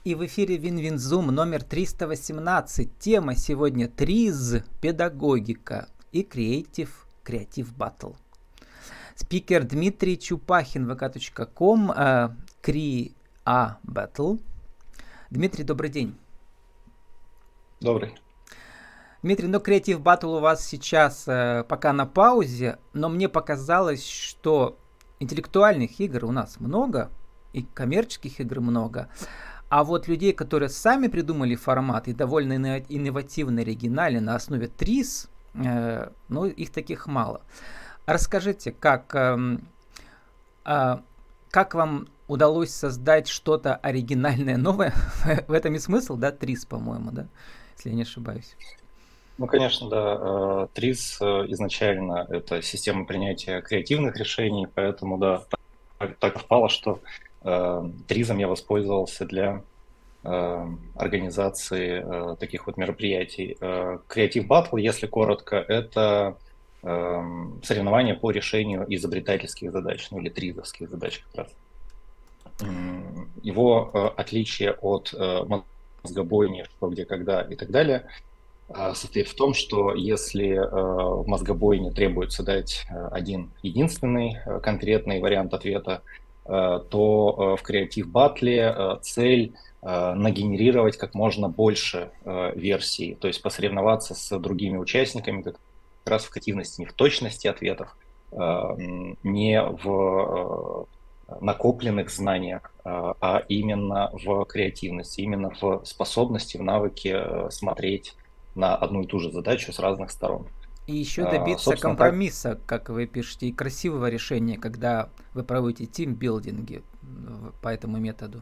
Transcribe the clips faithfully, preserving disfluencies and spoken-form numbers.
И в эфире Винвинзум номер триста восемнадцать. Тема сегодня триз, педагогика и креатив, креатив баттл. Спикер Дмитрий Чупахин, вэ ка точка ком, э, Кри-А Battle. Дмитрий, добрый день. Добрый. Дмитрий, ну креатив баттл у вас сейчас э, пока на паузе, но мне показалось, что интеллектуальных игр у нас много, и коммерческих игр много. А вот людей, которые сами придумали формат и довольно инновативно, оригинальный на основе триз, э, ну, их таких мало. Расскажите, как, э, э, как вам удалось создать что-то оригинальное, новое? В этом и смысл, да, триз, по-моему, да, если я не ошибаюсь. Ну, конечно, да. триз изначально это система принятия креативных решений, поэтому, да, так, так совпало, что тризом я воспользовался для э, организации э, таких вот мероприятий. Креатив Battle, если коротко, это э, соревнования по решению изобретательских задач, ну или тризовских задач как раз. Его э, отличие от э, мозгобойни, что, где, когда и так далее, э, состоит в том, что если э, в мозгобойне требуется дать один единственный э, конкретный вариант ответа, то в креатив баттле цель нагенерировать как можно больше версий, то есть посоревноваться с другими участниками как раз в креативности, не в точности ответов, не в накопленных знаниях, а именно в креативности, именно в способности, в навыке смотреть на одну и ту же задачу с разных сторон. И еще добиться а, компромисса, так... как вы пишете, и красивого решения, когда вы проводите тимбилдинги по этому методу.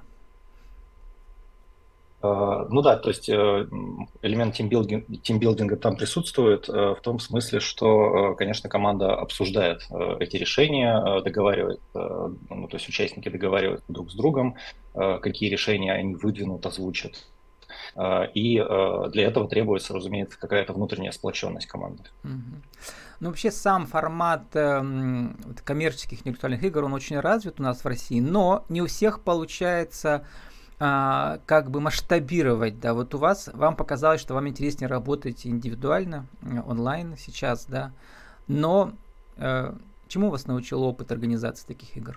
Uh, ну да, то есть элемент тимбилдинга, тимбилдинга там присутствует uh, в том смысле, что, uh, конечно, команда обсуждает uh, эти решения, uh, договаривает, uh, ну, то есть участники договариваются друг с другом, uh, какие решения они выдвинут, озвучат. И для этого требуется, разумеется, какая-то внутренняя сплоченность команды. Mm-hmm. Ну, вообще сам формат э, коммерческих интеллектуальных игр, он очень развит у нас в России, но не у всех получается э, как бы масштабировать, да, вот у вас, вам показалось, что вам интереснее работать индивидуально, онлайн сейчас, да, но э, чему вас научил опыт организации таких игр?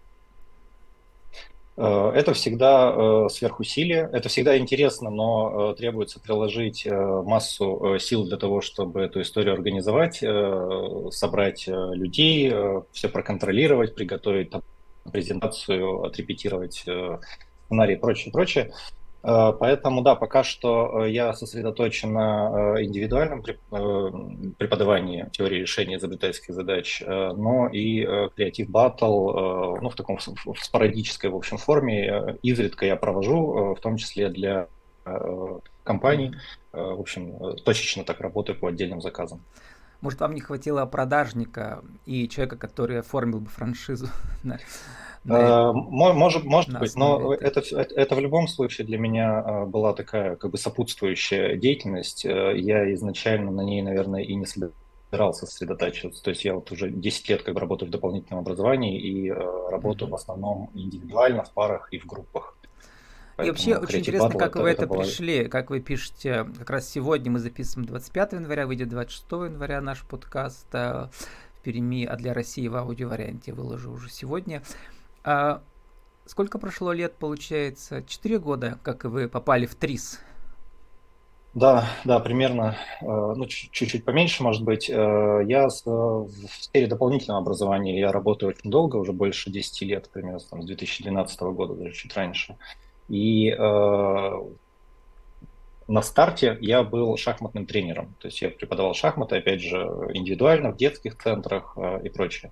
Это всегда сверхусилие, это всегда интересно, но требуется приложить массу сил для того, чтобы эту историю организовать, собрать людей, все проконтролировать, приготовить там презентацию, отрепетировать сценарий и прочее, прочее. Поэтому, да, пока что я сосредоточен на индивидуальном преподавании теории решения изобретательских задач, но и креатив баттл, ну, в таком в спорадической, в общем, форме, изредка я провожу, в том числе для компаний. В общем, точечно так работаю по отдельным заказам. Может, вам не хватило продажника и человека, который оформил бы франшизу? На, может, может быть, но это, это, это в любом случае для меня была такая как бы сопутствующая деятельность. Я изначально на ней, наверное, и не собирался сосредотачиваться. То есть я вот уже десять лет как бы работаю в дополнительном образовании и работаю mm-hmm. в основном индивидуально, в парах и в группах. И вообще очень интересно, как вы это, это пришли, как вы пишете. Как раз сегодня мы записываем двадцать пятого января, выйдет двадцать шестого января наш подкаст в Перми, а для России в аудиоварианте выложу уже сегодня. А сколько прошло лет, получается? Четыре года, как вы попали в триз? Да, да, примерно, ну, чуть-чуть поменьше, может быть. Я в сфере дополнительного образования, я работаю очень долго, уже больше десяти лет, примерно там, с две тысячи двенадцатого года, даже чуть раньше. И э, на старте я был шахматным тренером, то есть я преподавал шахматы, опять же, индивидуально, в детских центрах э, и прочее.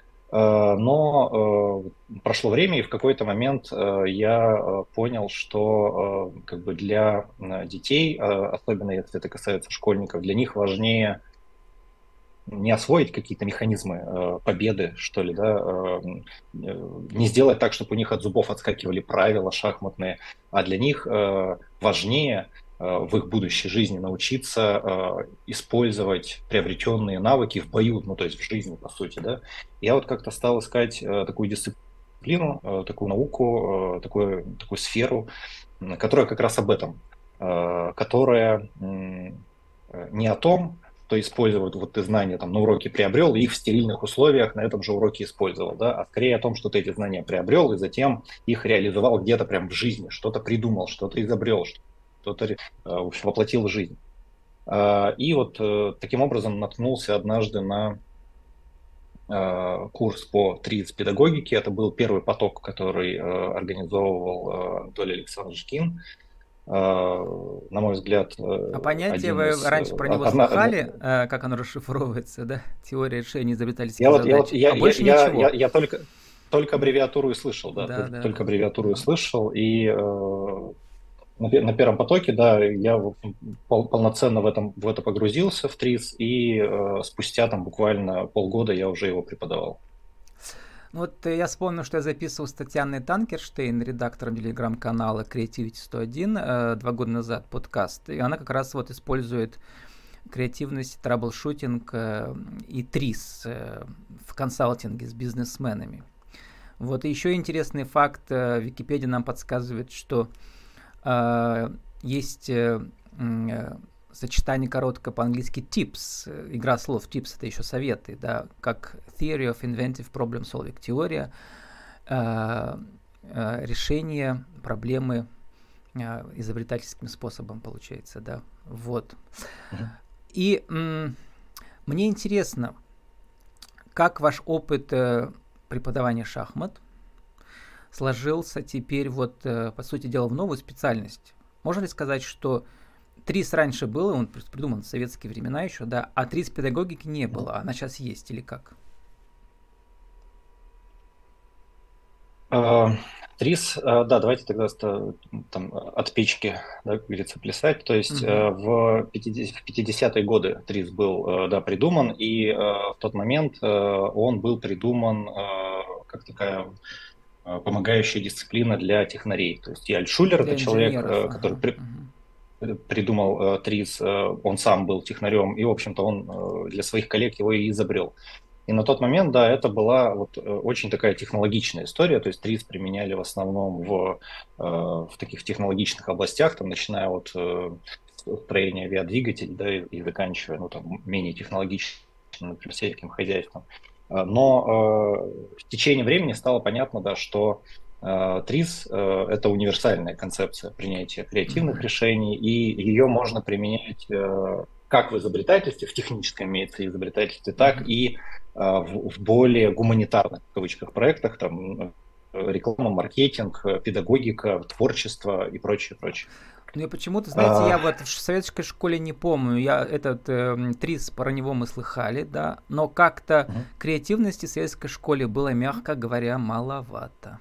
Но э, прошло время, и в какой-то момент э, я понял, что э, как бы для детей, э, особенно если это касается школьников, для них важнее не освоить какие-то механизмы э, победы, что ли, да, э, не сделать так, чтобы у них от зубов отскакивали правила шахматные, а для них э, важнее в их будущей жизни научиться э, использовать приобретенные навыки в бою, ну то есть в жизни, по сути, да. Я вот как-то стал искать э, такую дисциплину, э, такую науку, э, такую, такую сферу, которая как раз об этом, которая не о том, что использовать вот ты знания там на уроке приобрел и их в стерильных условиях на этом же уроке использовал, да, а скорее о том, что ты эти знания приобрел и затем их реализовал где-то прям в жизни, что-то придумал, что-то изобрел, что-то воплотил в жизнь. И вот таким образом наткнулся однажды на курс по триз педагогике. Это был первый поток, который организовывал Анатолий Александрович Кин. На мой взгляд, а понятие вы из... раньше про него одна, слыхали, одна... как оно расшифровывается, да? Теория решения изобретательских я задач. Вот, я, а я, больше я, ничего. Я, я только, только аббревиатуру и слышал, да, да, только, да, только да. аббревиатуру и слышал. И э, на, на первом потоке, да, я пол, полноценно в, этом, в это погрузился, в триз, и э, спустя там буквально полгода я уже его преподавал. Ну вот я вспомнил, что я записывал с Татьяной Танкерштейн, редактором телеграм-канала Creativity сто один, два года назад подкаст. И она как раз вот использует креативность, траблшутинг и триз в консалтинге с бизнесменами. Вот и еще интересный факт. Википедия нам подсказывает, что э, есть э, сочетание короткое по-английски tips, игра слов tips, это еще советы, да, как theory of inventive problem solving, теория э, э, решения проблемы э, изобретательским способом, получается, да, вот. Mm-hmm. И м- мне интересно, как ваш опыт э, преподавания шахмат сложился теперь вот, э, по сути дела, в новую специальность. Можно ли сказать, что триз раньше было, он придуман в советские времена еще, да, а триз педагогики не было, она сейчас есть или как? триз, да, давайте тогда там от печки, да, как говорится, плясать. То есть uh-huh. в пятидесятые годы триз был, да, придуман, и в тот момент он был придуман как такая помогающая дисциплина для технарей. То есть и Альтшулер, это человек, который... Uh-huh. Uh-huh. придумал триз, он сам был технарем, и, в общем-то, он для своих коллег его и изобрел. И на тот момент, да, это была вот очень такая технологичная история, то есть триз применяли в основном в, в таких технологичных областях, там, начиная от строения авиадвигателей, да, и, и заканчивая, ну, там, менее технологичным, например, сельским хозяйством. Но в течение времени стало понятно, да, что триз – это универсальная концепция принятия креативных mm-hmm. решений, и ее можно применять как в изобретательстве, в техническом имеется изобретательстве, так mm-hmm. и в, в более гуманитарных, в кавычках, проектах, там, реклама, маркетинг, педагогика, творчество и прочее, прочее. Ну, я почему-то, знаете, а... я вот в советской школе не помню, я этот э, триз, про него мы слыхали, да, но как-то uh-huh. креативности в советской школе было, мягко говоря, маловато.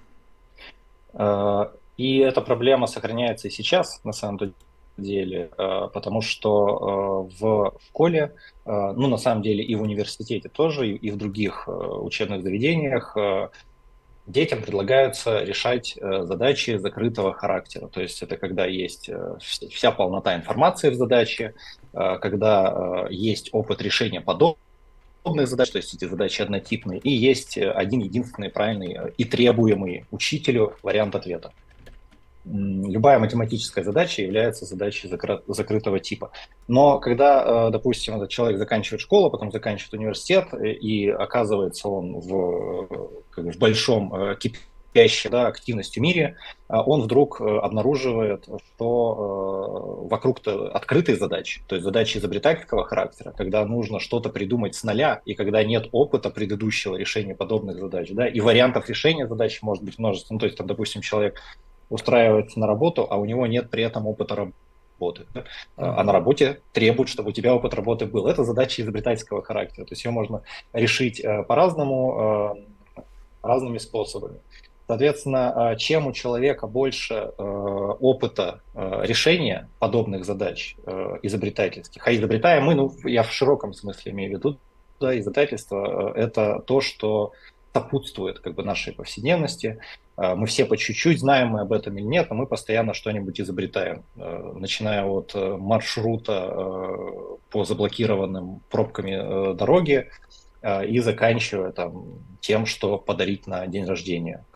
И эта проблема сохраняется и сейчас, на самом деле, потому что в школе, ну, на самом деле, и в университете тоже, и в других учебных заведениях детям предлагаются решать задачи закрытого характера. То есть это когда есть вся полнота информации в задаче, когда есть опыт решения подобных задач, то есть эти задачи однотипные, и есть один единственный правильный и требуемый учителю вариант ответа. Любая математическая задача является задачей закры- закрытого типа. Но когда, допустим, этот человек заканчивает школу, потом заканчивает университет, и оказывается он в, как бы в большом кипящей, да, активностью мире, он вдруг обнаруживает, что вокруг-то открытые задачи, то есть задачи изобретательского характера, когда нужно что-то придумать с нуля, и когда нет опыта предыдущего решения подобных задач, да, и вариантов решения задач может быть множество. Ну, то есть, там, допустим, человек устраивается на работу, а у него нет при этом опыта работы. Да? Uh-huh. А на работе требуют, чтобы у тебя опыт работы был. Это задача изобретательского характера. То есть ее можно решить э, по-разному, э, разными способами. Соответственно, чем у человека больше э, опыта э, решения подобных задач э, изобретательских, а изобретаем мы, ну, я в широком смысле имею в виду, да, изобретательство э, – это то, что сопутствует как бы нашей повседневности. Мы все по чуть-чуть, знаем мы об этом или нет, но мы постоянно что-нибудь изобретаем, начиная от маршрута по заблокированным пробками дороги и заканчивая там тем, что подарить на день рождения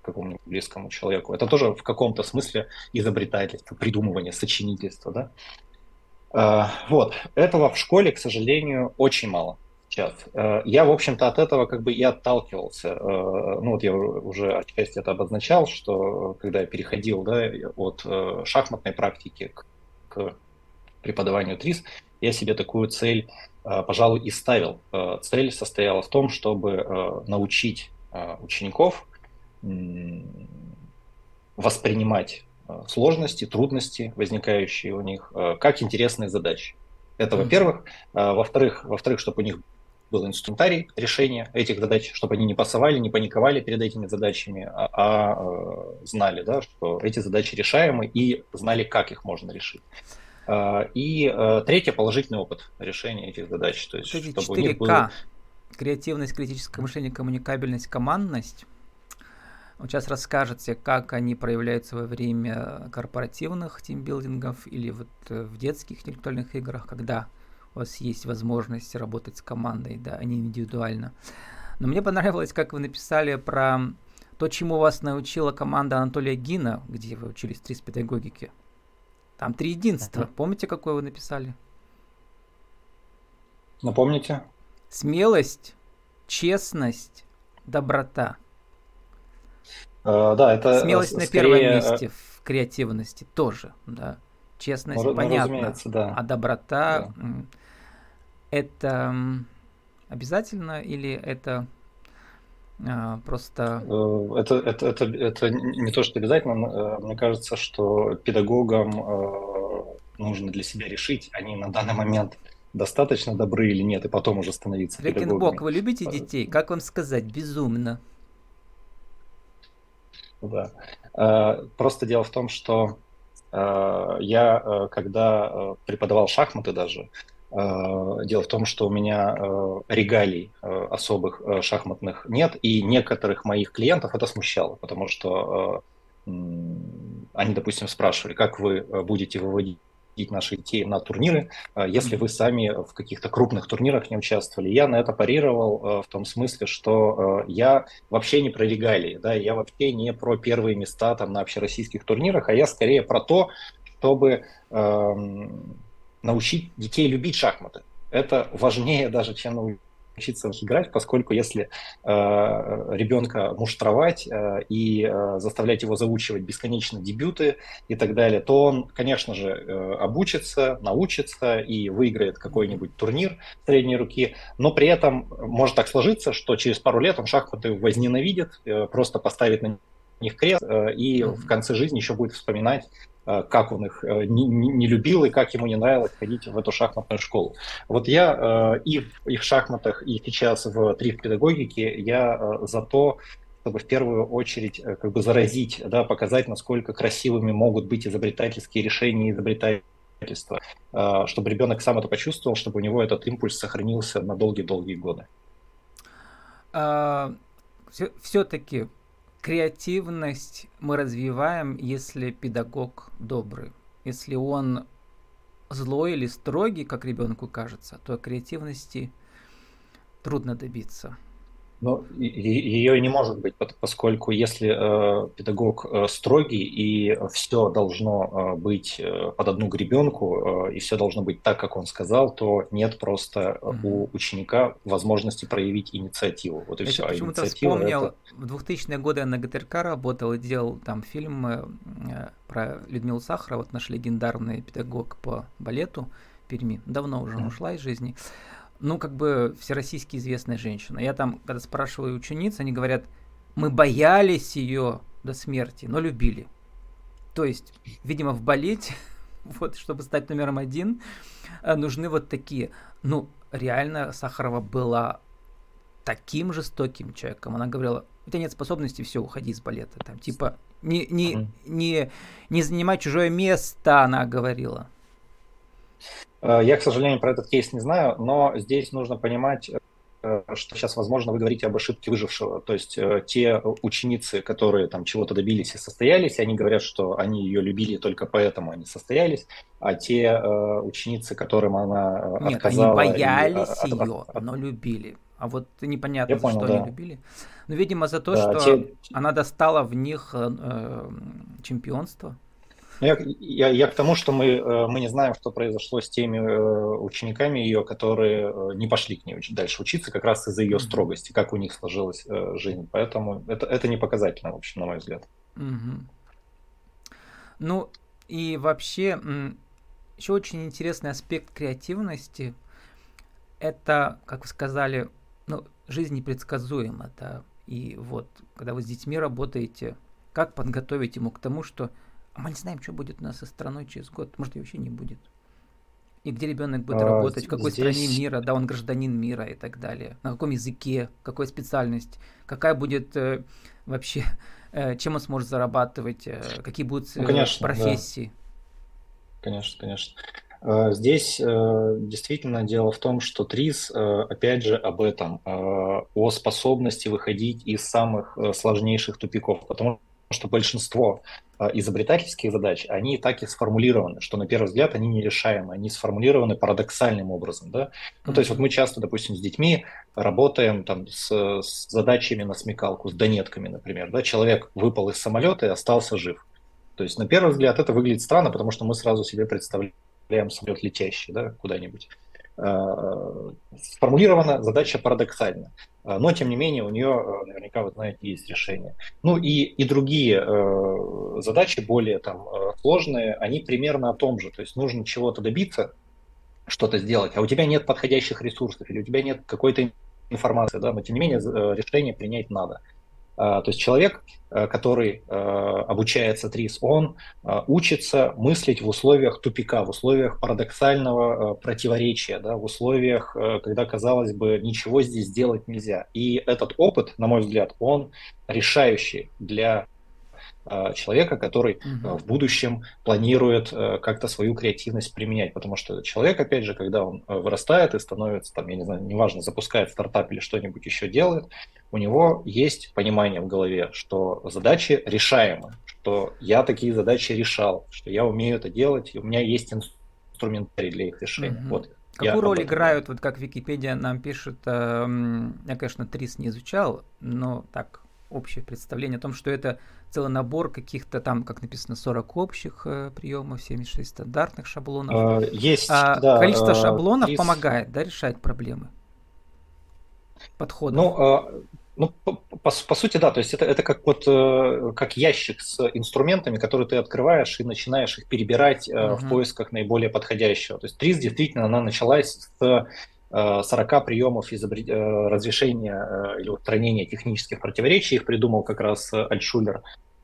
какому-нибудь близкому человеку. Это тоже в каком-то смысле изобретательство, придумывание, сочинительство, да? А, Вот, этого в школе, к сожалению, очень мало сейчас. Э, Я, в общем-то, от этого как бы и отталкивался. Э, Ну, вот я уже отчасти это обозначал, что э, когда я переходил, да, от э, шахматной практики к, к преподаванию ТРИС, я себе такую цель, э, пожалуй, и ставил. Э, Цель состояла в том, чтобы э, научить э, учеников м, воспринимать э, сложности, трудности, возникающие у них, э, как интересные задачи. Это, Мгм. во-первых. Э, Во-вторых, во-вторых, чтобы у них был инструментарий решения этих задач, чтобы они не пасовали, не паниковали перед этими задачами, а, а, э, знали, да, что эти задачи решаемы и знали, как их можно решить. Э, И э, третье, положительный опыт решения этих задач, то есть Вот эти чтобы у четыре них был... К: креативность, критическое мышление, коммуникабельность, командность. Вот сейчас расскажете, как они проявляются во время корпоративных тимбилдингов или вот э, в детских интеллектуальных играх, когда у вас есть возможность работать с командой, да, а не индивидуально. Но мне понравилось, как вы написали про то, чему вас научила команда Анатолия Гина, где вы учились три с педагогики. Там три единства. Мгм. Помните, какое вы написали? Напомните? Смелость, честность, доброта. Э, Да, это э, Смелость с- на первом скорее, э, месте в креативности тоже, да. ну, Честность, ра- ну, понятно. разумеется, да, А доброта да. м, это м, обязательно или это а, просто... Э, Это, это, это, это не то, что обязательно. но, э, Мне кажется, что педагогам э, нужно для себя решить, они на данный момент достаточно добры или нет, и потом уже становиться Фрекенбок, педагогами. вы любите Э, детей? Как вам сказать? Безумно. Да. Э, Просто дело в том, что э, я, э, когда э, преподавал шахматы даже, э, дело в том, что у меня э, регалий э, особых э, шахматных нет, и некоторых моих клиентов это смущало, потому что э, м, они, допустим, спрашивали, как вы э, будете выводить наших детей на турниры, э, если Мгм. вы сами в каких-то крупных турнирах не участвовали. Я на это парировал э, в том смысле, что э, я вообще не про регалии, да, я вообще не про первые места там на общероссийских турнирах, а я скорее про то, чтобы эм, научить детей любить шахматы. Это важнее даже, чем научиться в них играть, поскольку если э, ребенка муштровать э, и э, заставлять его заучивать бесконечно дебюты и так далее, то он, конечно же, э, обучится, научится и выиграет Мгм. какой-нибудь турнир средней руки, но при этом может так сложиться, что через пару лет он шахматы возненавидит, э, просто поставит на них крест, э, и в Мгм. конце жизни еще будет вспоминать, э, как он их э, не, не- не любил и как ему не нравилось ходить в эту шахматную школу. Вот я э, и в, и в шахматах, и сейчас в три в педагогике я э, за то, чтобы в первую очередь э, как бы заразить, да, показать, насколько красивыми могут быть изобретательские решения и изобретательства, э, чтобы ребенок сам это почувствовал, чтобы у него этот импульс сохранился на долгие-долгие годы. А, все, все-таки креативность мы развиваем, если педагог добрый. Если он злой или строгий, как ребенку кажется, то креативности трудно добиться. Но ее не может быть, пот- поскольку если э, педагог э, строгий и все должно э, быть э, под одну гребенку, э, и все должно быть так, как он сказал, то нет просто э, Мгм. у ученика возможности проявить инициативу. Вот и Я еще все. А почему-то инициатива это... вспомнил, в двухтысячные годы я на ГТРК работал и делал там фильм э, э, про Людмилу Сахарову, вот наш легендарный педагог по балету в Перми. Давно уже Мгм. ушла из жизни. Ну, как бы всероссийски известная женщина. Я там, когда спрашиваю учениц, они говорят, мы боялись ее до смерти, но любили. То есть, видимо, в балете, вот, чтобы стать номером один, э, нужны вот такие. Ну, реально, Сахарова была таким жестоким человеком. Она говорила, у тебя нет способности, все, уходи из балета. Там, типа, не, не, Мгм. не, не занимай чужое место, она говорила. Э, Я, к сожалению, про этот кейс не знаю, но здесь нужно понимать, э, э, что сейчас, возможно, вы говорите об ошибке выжившего. То есть э, те ученицы, которые там чего-то добились и состоялись, они говорят, что они ее любили только поэтому они состоялись, а те э, ученицы, которым она э, Нет, они отказала и... э, боялись от- от- ее, от- но любили. А вот Я непонятно, за понял, что они да. любили. Ну, видимо, за то, Да, что те, она достала в них э, э, чемпионство. Ну, я, я, я к тому, что мы, э, мы не знаем, что произошло с теми э, учениками ее, которые э, не пошли к ней уч- дальше учиться, как раз из-за ее Мгм. строгости, как у них сложилась э, жизнь. Поэтому это, это не показательно, в общем, на мой взгляд. Мгм. Ну, и вообще, еще очень интересный аспект креативности– это, как вы сказали, ну, жизнь непредсказуема, да. И вот, когда вы с детьми работаете, как подготовить ему к тому, что а мы не знаем, что будет у нас со страной через год, может, и вообще не будет. И где ребенок будет А, работать, з- в какой стране Здесь, мира, да, он гражданин мира и так далее, на каком языке, какой специальность, какая будет э, вообще, э, чем он сможет зарабатывать, э, какие будут ну, э, конечно, да, профессии. конечно, конечно. А, Здесь э, действительно дело в том, что ТРИЗ, э, опять же, об этом, э, о способности выходить из самых э, сложнейших тупиков, потому что большинство э, изобретательских задач, они так и сформулированы, что на первый взгляд они нерешаемы, они сформулированы парадоксальным образом, да. Ну, то есть вот Мгм. мы часто, допустим, с детьми работаем там с, с задачами на смекалку, с донетками, например, да, человек выпал из самолета и остался жив. То есть на первый взгляд это выглядит странно, потому что мы сразу себе представляем самолет летящий, да, куда-нибудь. Э, Сформулирована задача парадоксально, Э, но тем не менее у нее э, наверняка, вы знаете, есть решение. Ну и, и другие э, задачи, более там э, сложные, они примерно о том же. То есть нужно чего-то добиться, что-то сделать, а у тебя нет подходящих ресурсов или у тебя нет какой-то информации, да, но тем не менее э, решение принять надо. А, То есть человек, э, который э, обучается ТРИС, он э, учится мыслить в условиях тупика, в условиях парадоксального э, противоречия, да, в условиях, э, когда, казалось бы, ничего здесь сделать нельзя. И этот опыт, на мой взгляд, он решающий для э, человека, который э, Мгм. в будущем планирует э, как-то свою креативность применять. Потому что человек, опять же, когда он э, вырастает и становится, там, я не знаю, неважно, запускает стартап или что-нибудь еще делает, у него есть понимание в голове, что задачи решаемы, что я такие задачи решал, что я умею это делать, и у меня есть инструментарий для их решения. Мгм. Вот я Какую об роль этом думаю. играют, вот как Википедия нам пишет, эм, я, конечно, ТРИС не изучал, но так, общее представление о том, что это целый набор каких-то там, как написано, сорок общих э, приемов, семьдесят шесть стандартных шаблонов. Э, Есть, А количество да, э, шаблонов ТРИС. помогает, да, решать проблемы, подходов. Ну, а, ну по, по- по сути, да, то есть это, это как вот э, как ящик с инструментами, которые ты открываешь и начинаешь их перебирать э, в Мгм. поисках наиболее подходящего. То есть ТРИЗ действительно, она началась с э, сорока приемов изобре- э, разрешения э, или устранения технических противоречий. Их придумал как раз э, Альтшулер.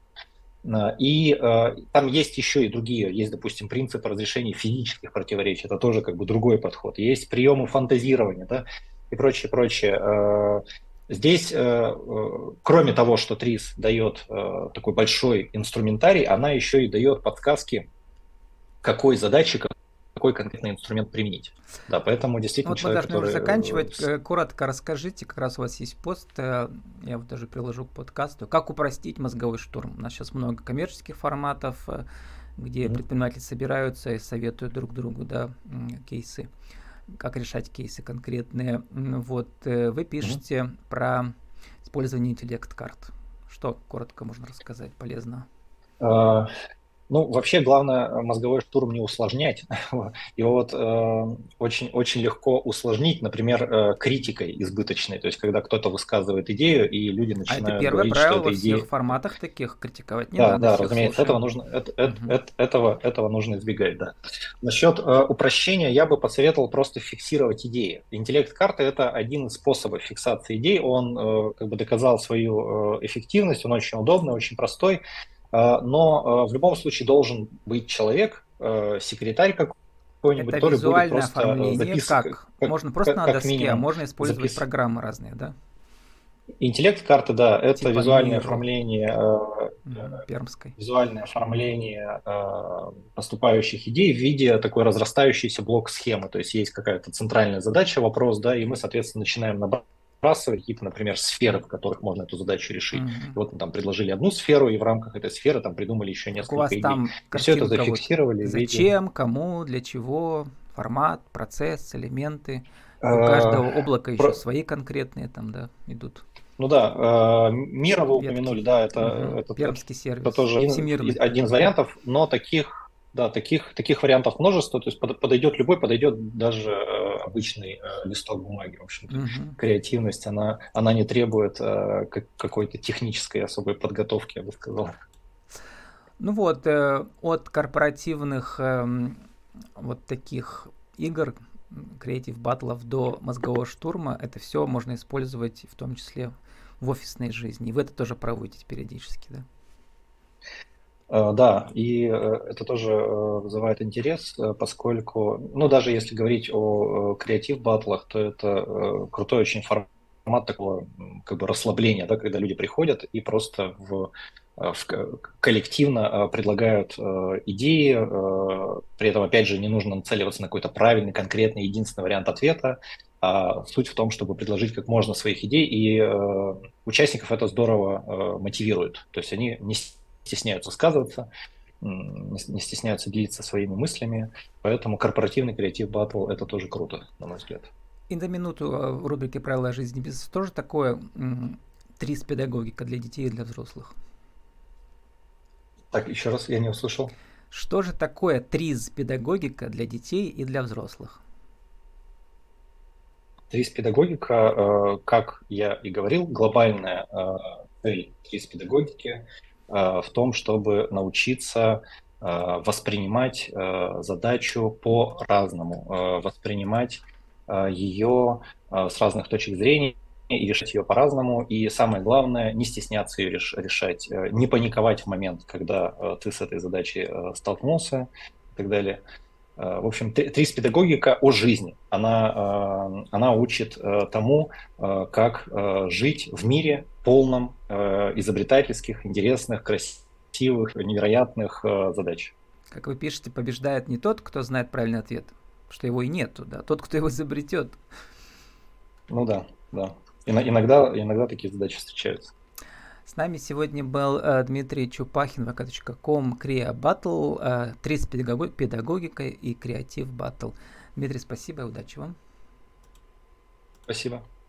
Э, И э, там есть еще и другие. Есть, допустим, принцип разрешения физических противоречий. Это тоже как бы другой подход. Есть приемы фантазирования, да, и прочее, прочее. Э, Здесь, э, э, кроме того, что ТРИЗ дает э, такой большой инструментарий, она еще и дает подсказки, какой задачи, какой конкретный инструмент применить. Да, поэтому действительно Вот мы человек, должны уже который... э, заканчивать. с- Э, Коротко расскажите, как раз у вас есть пост, э, я вот даже приложу к подкасту, как упростить мозговой штурм. У нас сейчас много коммерческих форматов, э, где Мгм. предприниматели собираются и советуют друг другу, да, м, кейсы, как решать кейсы конкретные. М, Вот э, вы Мгм. пишете про использование интеллект-карт. Что коротко можно рассказать полезно? Э, Ну, вообще, главное э, мозговой штурм не усложнять. Его вот э, очень, очень легко усложнить, например, э, критикой избыточной. То есть, когда кто-то высказывает идею, и люди А это начинают первое говорить, что правило во эта всех идея... форматах таких. Критиковать не Да, надо, да, всех разумеется, этого слушаем. нужно, это- это- Мгм. это- этого, этого нужно избегать, да. Насчет э, упрощения я бы посоветовал просто фиксировать идеи. Интеллект-карта– это один из способов фиксации идей. Он э, как бы доказал свою э, эффективность, он очень удобный, очень простой. Э, но э, в любом случае должен быть человек, э, секретарь какой-нибудь, Это который будет визуальное просто э, оформление. записывать, Как? как, Можно просто как, на как доске, а минимум можно использовать записывать. программы разные, да? Интеллект-карта, да, это Типа визуальное Миру, оформление э, мгм, пермской. визуальное оформление э, поступающих идей в виде такой разрастающейся блок-схемы. То есть есть какая-то центральная задача, вопрос, да, и мы, соответственно, начинаем разбрасывать какие-то, например, сферы, в которых можно эту задачу решить. И Мгм. вот мы там предложили одну сферу, и в рамках этой сферы там придумали еще Как у вас несколько идей. там И все это картинка вот зафиксировали в виде... зачем, кому, для чего, формат, процесс, элементы. И у э, каждого облака еще про- свои конкретные там, да, идут Ну да, э, Мира вы ветки. упомянули, да, это, Мгм. это, это, Пермский это сервис, тоже один, всемирный. один из вариантов, но таких, да, таких, таких вариантов множество, то есть под- подойдет любой, подойдет даже э, обычный э, листок бумаги, в общем-то. Мгм. Креативность, она, она не требует э, как- какой-то технической особой подготовки, я бы сказал. Ну вот, э, от корпоративных эм, вот таких игр, креатив батлов до мозгового штурма, это все можно использовать в том числе в офисной жизни. И вы это тоже проводите периодически, да? Э, Да, и э, это тоже э, вызывает интерес, э, поскольку, ну, даже если говорить о э, креатив-баттлах, то это э, крутой очень формат такого м, как бы расслабления, да, когда люди приходят и просто в, э, в ко- коллективно э, предлагают э, идеи, э, при этом, опять же, не нужно нацеливаться на какой-то правильный, конкретный, единственный вариант ответа, а суть в том, чтобы предложить как можно своих идей, и э, участников это здорово э, мотивирует, то есть они не стесняются сказываться, не стесняются делиться своими мыслями, поэтому корпоративный креатив батл это тоже круто, на мой взгляд. И на минуту э, в рубрике «Правила жизни бизнеса» тоже такое м, триз педагогика для детей и для взрослых. Так, еще раз, я не услышал. Что же такое триз педагогика для детей и для взрослых? Трис педагогика, э, как я и говорил, глобальная э, цель трис педагогики э, в том, чтобы научиться э, воспринимать э, задачу по-разному, э, воспринимать э, ее э, с разных точек зрения и решать ее по-разному. И самое главное, не стесняться ее реш- решать, э, не паниковать в момент, когда э, ты с этой задачей э, столкнулся и так далее. Э, В общем, три- трис-педагогика о жизни. Она, э, она учит э, тому, э, как э, жить в мире полном э, изобретательских, интересных, красивых, невероятных э, задач. Как вы пишете, побеждает не тот, кто знает правильный ответ, что его и нету, да, тот, кто его изобретет. Ну да, да. Ино- Иногда, иногда такие задачи встречаются. С нами сегодня был э, Дмитрий Чупахин, вэ ка точка ком, Креа Баттл, э, триз педагогика и креатив Баттл. Дмитрий, спасибо и удачи вам. Спасибо.